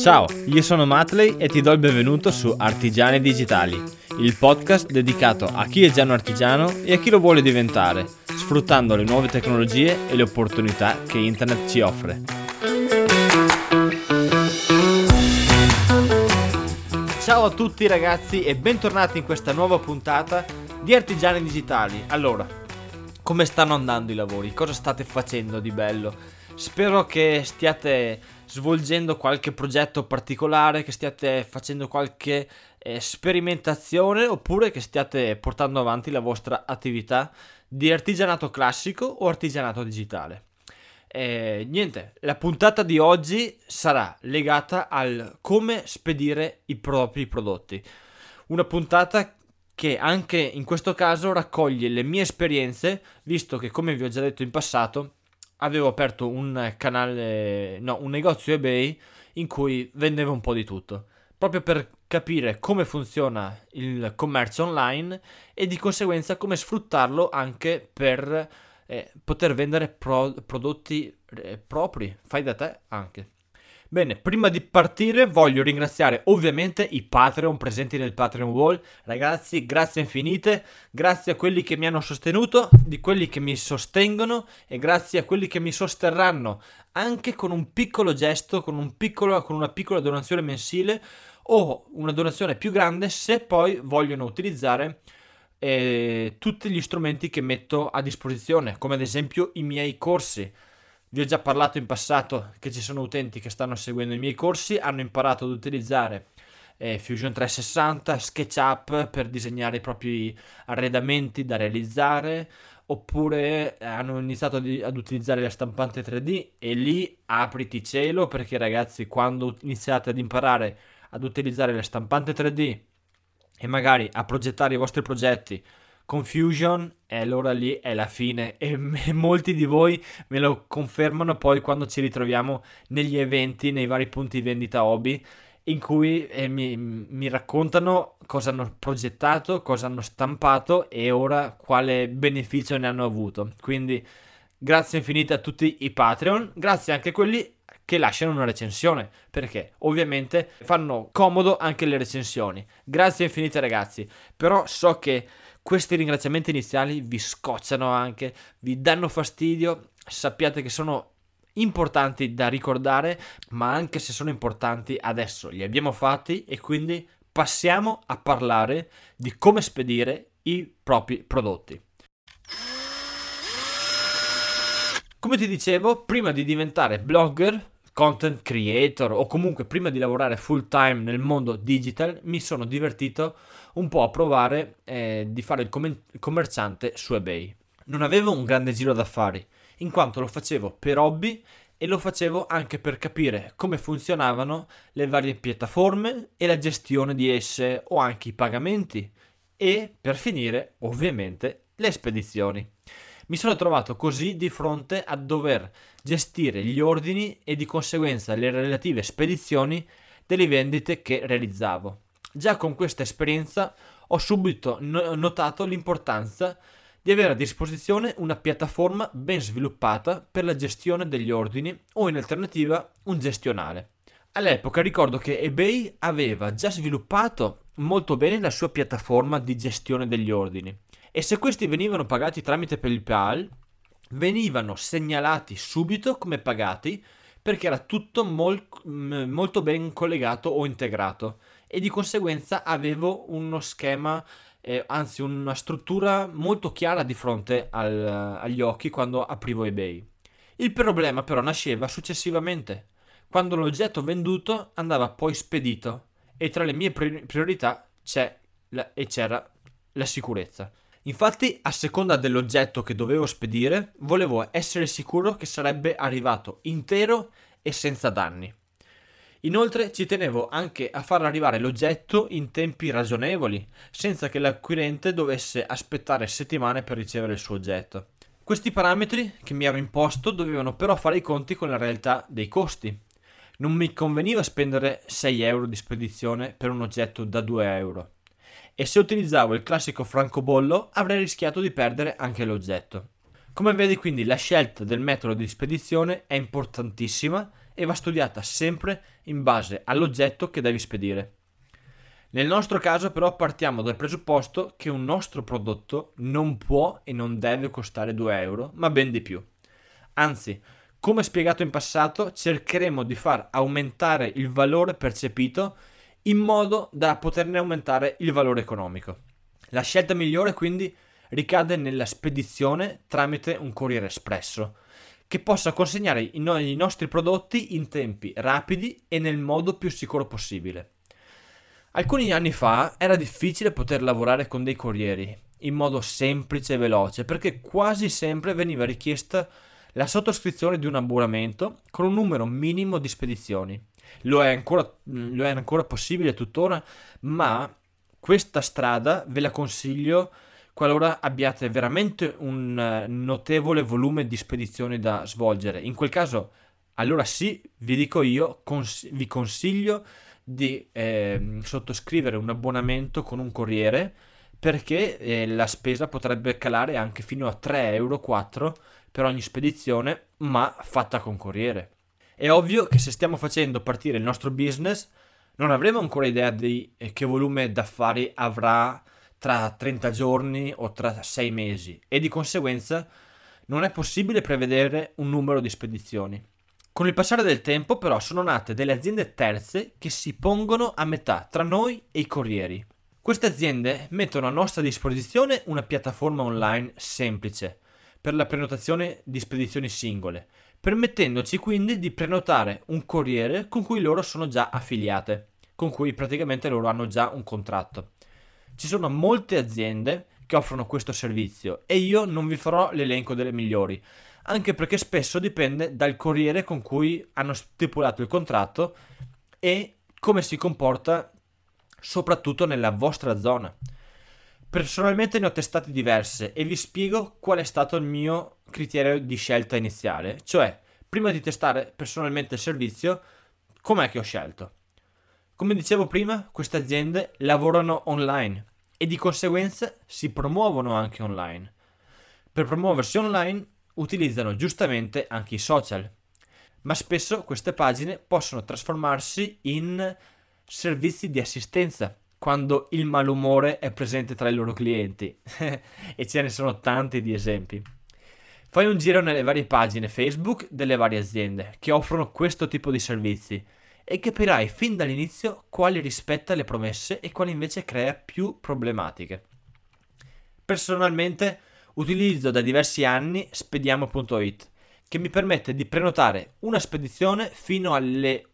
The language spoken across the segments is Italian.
Ciao, io sono Matley e ti do il benvenuto su Artigiani Digitali, il podcast dedicato a chi è già un artigiano e a chi lo vuole diventare, sfruttando le nuove tecnologie e le opportunità che internet ci offre. Ciao a tutti ragazzi e bentornati in questa nuova puntata di Artigiani Digitali. Allora, come stanno andando i lavori? Cosa state facendo di bello? Spero che stiate svolgendo qualche progetto particolare, che stiate facendo qualche sperimentazione oppure che stiate portando avanti la vostra attività di artigianato classico o artigianato digitale. Niente, la puntata di oggi sarà legata al come spedire i propri prodotti. Una puntata che anche in questo caso raccoglie le mie esperienze, visto che, come vi ho già detto in passato, avevo aperto un negozio eBay in cui vendevo un po' di tutto, proprio per capire come funziona il commercio online e di conseguenza come sfruttarlo anche per poter vendere prodotti propri, fai da te anche. Bene, prima di partire voglio ringraziare ovviamente i Patreon presenti nel Patreon Wall. Ragazzi, grazie infinite, grazie a quelli che mi hanno sostenuto, di quelli che mi sostengono e grazie a quelli che mi sosterranno anche con un piccolo gesto, con una piccola donazione mensile o una donazione più grande se poi vogliono utilizzare tutti gli strumenti che metto a disposizione, come ad esempio i miei corsi. Vi ho già parlato in passato che ci sono utenti che stanno seguendo i miei corsi, hanno imparato ad utilizzare Fusion 360, SketchUp per disegnare i propri arredamenti da realizzare, oppure hanno iniziato ad utilizzare la stampante 3D e lì apriti cielo, perché ragazzi, quando iniziate ad imparare ad utilizzare la stampante 3D e magari a progettare i vostri progetti con Fusion, e allora lì è la fine e molti di voi me lo confermano poi quando ci ritroviamo negli eventi, nei vari punti vendita hobby, in cui mi raccontano cosa hanno progettato, cosa hanno stampato e ora quale beneficio ne hanno avuto. Quindi grazie infinite a tutti i Patreon, grazie anche a quelli che lasciano una recensione, perché ovviamente fanno comodo anche le recensioni. Grazie infinite ragazzi, però so che questi ringraziamenti iniziali vi scocciano anche, vi danno fastidio, sappiate che sono importanti da ricordare, ma anche se sono importanti adesso li abbiamo fatti e quindi passiamo a parlare di come spedire i propri prodotti. Come ti dicevo, prima di diventare blogger, content creator o comunque prima di lavorare full time nel mondo digital, mi sono divertito un po' a provare di fare il commerciante su eBay. Non avevo un grande giro d'affari, in quanto lo facevo per hobby e lo facevo anche per capire come funzionavano le varie piattaforme e la gestione di esse o anche i pagamenti e, per finire, ovviamente, le spedizioni. Mi sono trovato così di fronte a dover gestire gli ordini e di conseguenza le relative spedizioni delle vendite che realizzavo. Già con questa esperienza ho subito notato l'importanza di avere a disposizione una piattaforma ben sviluppata per la gestione degli ordini o in alternativa un gestionale. All'epoca ricordo che eBay aveva già sviluppato molto bene la sua piattaforma di gestione degli ordini e se questi venivano pagati tramite PayPal venivano segnalati subito come pagati perché era tutto molto ben collegato o integrato e di conseguenza avevo uno schema, anzi una struttura molto chiara di fronte agli occhi quando aprivo eBay. Il problema però nasceva successivamente, quando l'oggetto venduto andava poi spedito e tra le mie priorità c'era la sicurezza. Infatti, a seconda dell'oggetto che dovevo spedire, volevo essere sicuro che sarebbe arrivato intero e senza danni. Inoltre ci tenevo anche a far arrivare l'oggetto in tempi ragionevoli, senza che l'acquirente dovesse aspettare settimane per ricevere il suo oggetto. Questi parametri che mi ero imposto dovevano però fare i conti con la realtà dei costi. Non mi conveniva spendere 6 euro di spedizione per un oggetto da 2 euro. E se utilizzavo il classico francobollo avrei rischiato di perdere anche l'oggetto. Come vedi quindi la scelta del metodo di spedizione è importantissima e va studiata sempre in base all'oggetto che devi spedire. Nel nostro caso però partiamo dal presupposto che un nostro prodotto non può e non deve costare 2 euro, ma ben di più. Anzi, come spiegato in passato, cercheremo di far aumentare il valore percepito in modo da poterne aumentare il valore economico. La scelta migliore quindi ricade nella spedizione tramite un corriere espresso, che possa consegnare i nostri prodotti in tempi rapidi e nel modo più sicuro possibile. Alcuni anni fa era difficile poter lavorare con dei corrieri in modo semplice e veloce, perché quasi sempre veniva richiesta la sottoscrizione di un abbonamento con un numero minimo di spedizioni. Lo è ancora possibile tuttora, ma questa strada ve la consiglio qualora abbiate veramente un notevole volume di spedizioni da svolgere. In quel caso, allora sì, vi dico io, vi consiglio di sottoscrivere un abbonamento con un corriere, perché la spesa potrebbe calare anche fino a 3 euro 4 per ogni spedizione, ma fatta con corriere. È ovvio che se stiamo facendo partire il nostro business non avremo ancora idea di che volume d'affari avrà tra 30 giorni o tra 6 mesi, e di conseguenza non è possibile prevedere un numero di spedizioni. Con il passare del tempo però sono nate delle aziende terze che si pongono a metà tra noi e i corrieri. Queste aziende mettono a nostra disposizione una piattaforma online semplice per la prenotazione di spedizioni singole, permettendoci quindi di prenotare un corriere con cui loro sono già affiliate, con cui praticamente loro hanno già un contratto. Ci sono molte aziende che offrono questo servizio e io non vi farò l'elenco delle migliori, anche perché spesso dipende dal corriere con cui hanno stipulato il contratto e come si comporta soprattutto nella vostra zona. Personalmente ne ho testate diverse e vi spiego qual è stato il mio criterio di scelta iniziale, cioè prima di testare personalmente il servizio, com'è che ho scelto? Come dicevo prima, queste aziende lavorano online e di conseguenza si promuovono anche online. Per promuoversi online utilizzano giustamente anche i social, ma spesso queste pagine possono trasformarsi in servizi di assistenza quando il malumore è presente tra i loro clienti e ce ne sono tanti di esempi. Fai un giro nelle varie pagine Facebook delle varie aziende che offrono questo tipo di servizi e capirai fin dall'inizio quali rispetta le promesse e quali invece crea più problematiche. Personalmente utilizzo da diversi anni Spediamo.it, che mi permette di prenotare una spedizione fino alle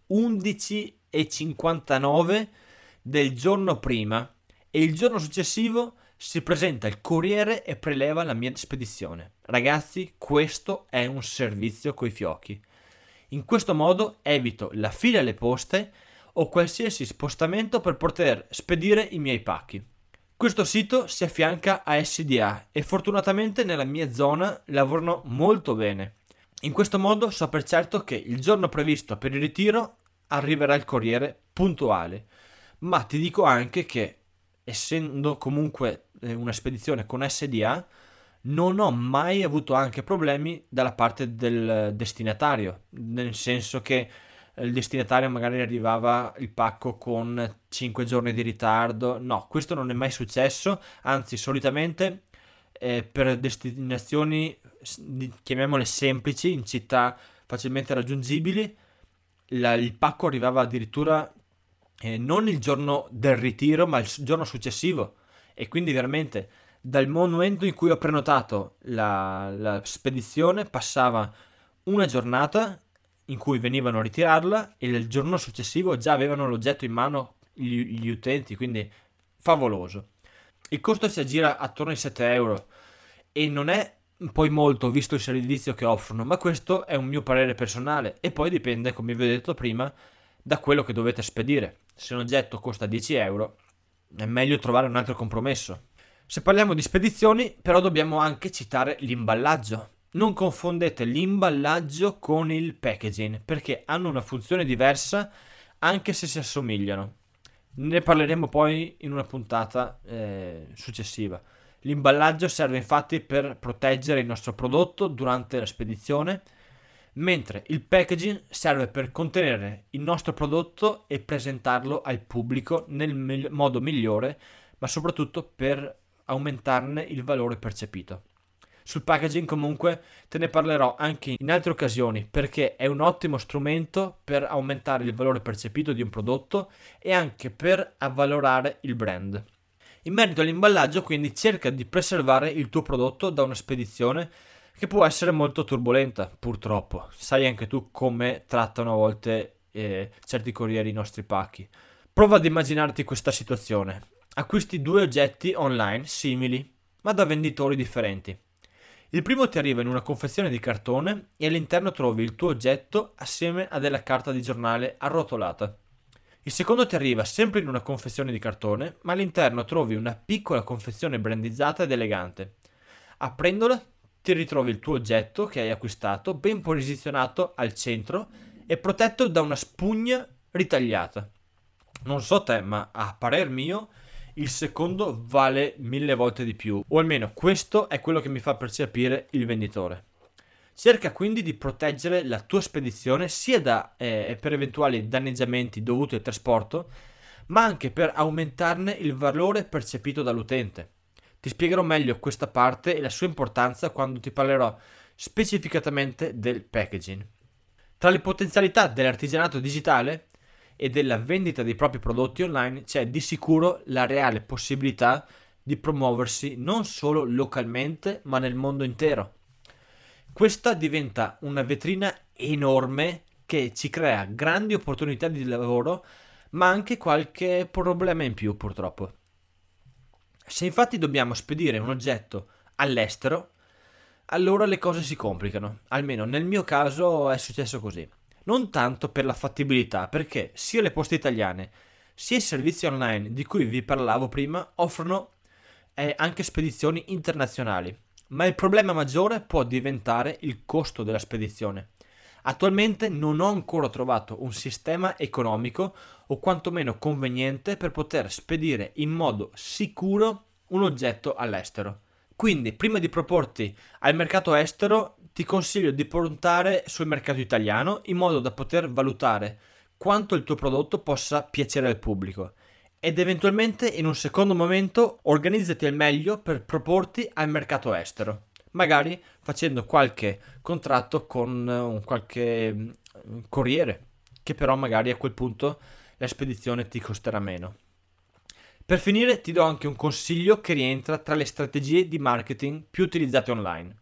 11:59 del giorno prima e il giorno successivo si presenta il corriere e preleva la mia spedizione. Ragazzi, questo è un servizio coi fiocchi. In questo modo evito la fila alle poste o qualsiasi spostamento per poter spedire i miei pacchi. Questo sito si affianca a SDA e fortunatamente nella mia zona lavorano molto bene. In questo modo so per certo che il giorno previsto per il ritiro arriverà il corriere puntuale, ma ti dico anche che essendo comunque una spedizione con SDA non ho mai avuto anche problemi dalla parte del destinatario, nel senso che il destinatario magari arrivava il pacco con 5 giorni di ritardo. No, questo non è mai successo, anzi solitamente per destinazioni chiamiamole semplici, in città facilmente raggiungibili, il pacco arrivava addirittura non il giorno del ritiro ma il giorno successivo, e quindi veramente dal momento in cui ho prenotato la spedizione passava una giornata in cui venivano a ritirarla e il giorno successivo già avevano l'oggetto in mano gli utenti, quindi favoloso. Il costo si aggira attorno ai 7 euro e non è poi molto visto il servizio che offrono, ma questo è un mio parere personale e poi dipende, come vi ho detto prima, da quello che dovete spedire. Se un oggetto costa 10 euro è meglio trovare un altro compromesso. Se parliamo di spedizioni però dobbiamo anche citare l'imballaggio. Non confondete l'imballaggio con il packaging, perché hanno una funzione diversa anche se si assomigliano. Ne parleremo poi in una puntata successiva. L'imballaggio serve infatti per proteggere il nostro prodotto durante la spedizione, mentre il packaging serve per contenere il nostro prodotto e presentarlo al pubblico nel modo migliore, ma soprattutto per aumentarne il valore percepito. Sul packaging comunque te ne parlerò anche in altre occasioni, perché è un ottimo strumento per aumentare il valore percepito di un prodotto e anche per avvalorare il brand. In merito all'imballaggio, quindi, cerca di preservare il tuo prodotto da una spedizione che può essere molto turbolenta, purtroppo. Sai anche tu come trattano a volte certi corrieri i nostri pacchi. Prova ad immaginarti questa situazione. Acquisti 2 oggetti online simili, ma da venditori differenti. Il primo ti arriva in una confezione di cartone e all'interno trovi il tuo oggetto assieme a della carta di giornale arrotolata. Il secondo ti arriva sempre in una confezione di cartone, ma all'interno trovi una piccola confezione brandizzata ed elegante. Aprendola, ti ritrovi il tuo oggetto che hai acquistato ben posizionato al centro e protetto da una spugna ritagliata. Non so te, ma a parer mio il secondo vale 1000 volte di più, o almeno questo è quello che mi fa percepire il venditore. Cerca quindi di proteggere la tua spedizione sia per eventuali danneggiamenti dovuti al trasporto, ma anche per aumentarne il valore percepito dall'utente. Ti spiegherò meglio questa parte e la sua importanza quando ti parlerò specificatamente del packaging. Tra le potenzialità dell'artigianato digitale e della vendita dei propri prodotti online c'è di sicuro la reale possibilità di promuoversi non solo localmente ma nel mondo intero. Questa diventa una vetrina enorme che ci crea grandi opportunità di lavoro, ma anche qualche problema in più, purtroppo. Se infatti dobbiamo spedire un oggetto all'estero, allora le cose si complicano. Almeno nel mio caso è successo così. Non tanto per la fattibilità, perché sia le poste italiane sia i servizi online di cui vi parlavo prima offrono anche spedizioni internazionali. Ma il problema maggiore può diventare il costo della spedizione. Attualmente non ho ancora trovato un sistema economico o quantomeno conveniente per poter spedire in modo sicuro un oggetto all'estero. Quindi, prima di proporti al mercato estero, ti consiglio di puntare sul mercato italiano in modo da poter valutare quanto il tuo prodotto possa piacere al pubblico. Ed eventualmente in un secondo momento organizzati al meglio per proporti al mercato estero, magari facendo qualche contratto con un qualche corriere, che però magari a quel punto la spedizione ti costerà meno. Per finire ti do anche un consiglio che rientra tra le strategie di marketing più utilizzate online.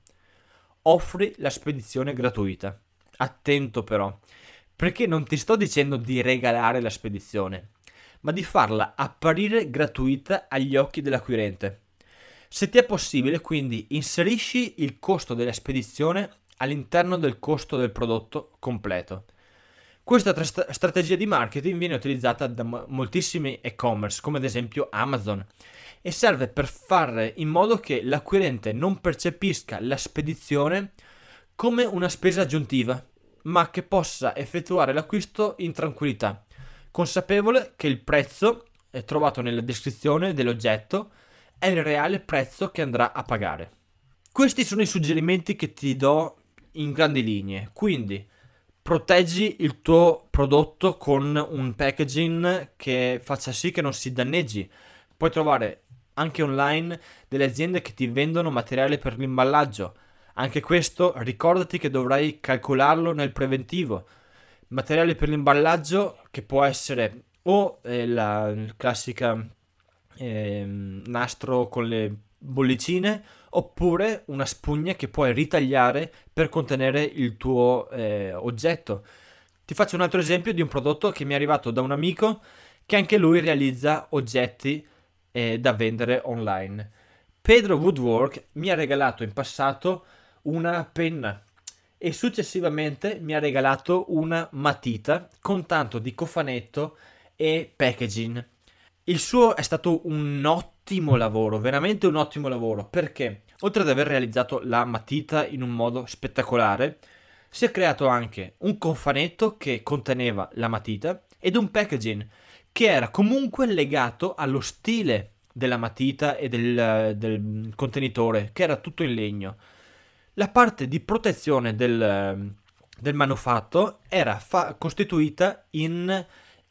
Offri la spedizione gratuita. Attento però, perché non ti sto dicendo di regalare la spedizione, ma di farla apparire gratuita agli occhi dell'acquirente. Se ti è possibile, quindi, inserisci il costo della spedizione all'interno del costo del prodotto completo. Questa strategia di marketing viene utilizzata da moltissimi e-commerce, come ad esempio Amazon, e serve per fare in modo che l'acquirente non percepisca la spedizione come una spesa aggiuntiva, ma che possa effettuare l'acquisto in tranquillità, consapevole che il prezzo trovato nella descrizione dell'oggetto è il reale prezzo che andrà a pagare. Questi sono i suggerimenti che ti do in grandi linee, quindi proteggi il tuo prodotto con un packaging che faccia sì che non si danneggi. Puoi trovare anche online delle aziende che ti vendono materiale per l'imballaggio. Anche questo ricordati che dovrai calcolarlo nel preventivo. Materiale per l'imballaggio che può essere o la classica nastro con le bollicine, oppure una spugna che puoi ritagliare per contenere il tuo oggetto. Ti faccio un altro esempio di un prodotto che mi è arrivato da un amico che anche lui realizza oggetti da vendere online. Pedro Woodwork mi ha regalato in passato una penna e successivamente mi ha regalato una matita con tanto di cofanetto e packaging. Il suo è stato un ottimo lavoro, veramente un ottimo lavoro, perché oltre ad aver realizzato la matita in un modo spettacolare, si è creato anche un cofanetto che conteneva la matita ed un packaging che era comunque legato allo stile della matita e del contenitore, che era tutto in legno. La parte di protezione del del manufatto era costituita in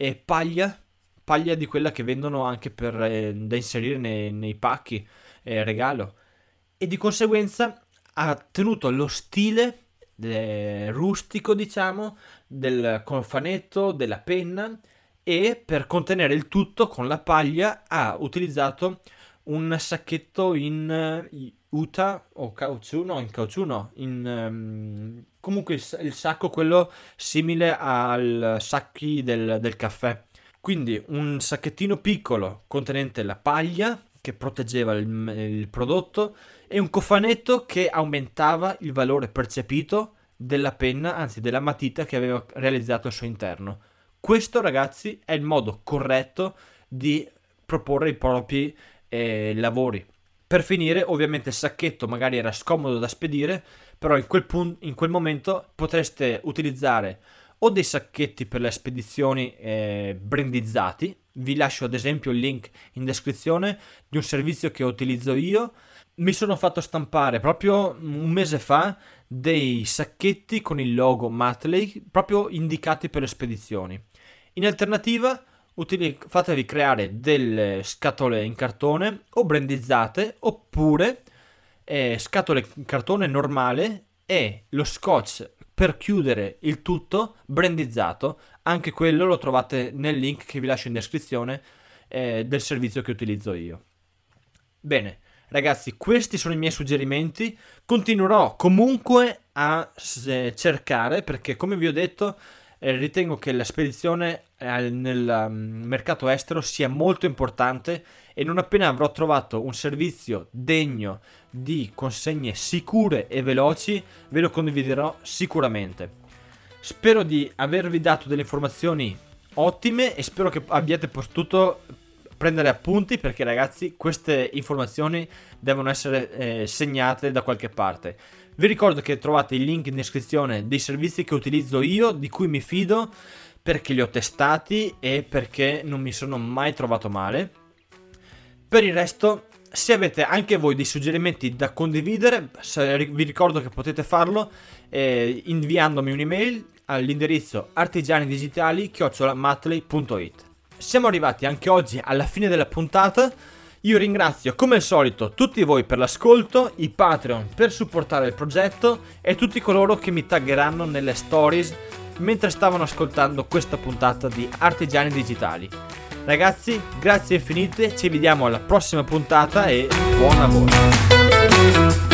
paglia di quella che vendono anche da inserire nei pacchi regalo, e di conseguenza ha tenuto lo stile rustico, diciamo, del cofanetto, della penna, e per contenere il tutto con la paglia ha utilizzato un sacchetto in uta o caucciù, no, in caucciù no, comunque il sacco quello simile al sacchi del caffè. Quindi un sacchettino piccolo contenente la paglia che proteggeva il prodotto, e un cofanetto che aumentava il valore percepito della penna, anzi della matita che aveva realizzato al suo interno. Questo, ragazzi, è il modo corretto di proporre i propri lavori. Per finire, ovviamente il sacchetto magari era scomodo da spedire, però in quel momento potreste utilizzare o dei sacchetti per le spedizioni brandizzati. Vi lascio ad esempio il link in descrizione di un servizio che utilizzo io. Mi sono fatto stampare proprio un mese fa dei sacchetti con il logo Matley, proprio indicati per le spedizioni. In alternativa, fatevi creare delle scatole in cartone o brandizzate, oppure scatole in cartone normale e lo scotch per chiudere il tutto brandizzato. Anche quello lo trovate nel link che vi lascio in descrizione del servizio che utilizzo io. Bene, ragazzi, questi sono i miei suggerimenti. Continuerò comunque a cercare, perché come vi ho detto ritengo che la spedizione nel mercato estero sia molto importante, e non appena avrò trovato un servizio degno di consegne sicure e veloci ve lo condividerò sicuramente. Spero di avervi dato delle informazioni ottime e spero che abbiate potuto prendere appunti, perché ragazzi queste informazioni devono essere segnate da qualche parte. Vi ricordo che trovate il link in descrizione dei servizi che utilizzo io, di cui mi fido, perché li ho testati e perché non mi sono mai trovato male. Per il resto, se avete anche voi dei suggerimenti da condividere, vi ricordo che potete farlo inviandomi un'email all'indirizzo artigianidigitali@matley.it. Siamo arrivati anche oggi alla fine della puntata. Io ringrazio come al solito tutti voi per l'ascolto, i Patreon per supportare il progetto e tutti coloro che mi taggeranno nelle stories mentre stavano ascoltando questa puntata di Artigiani Digitali. Ragazzi, grazie infinite, ci vediamo alla prossima puntata e buon lavoro!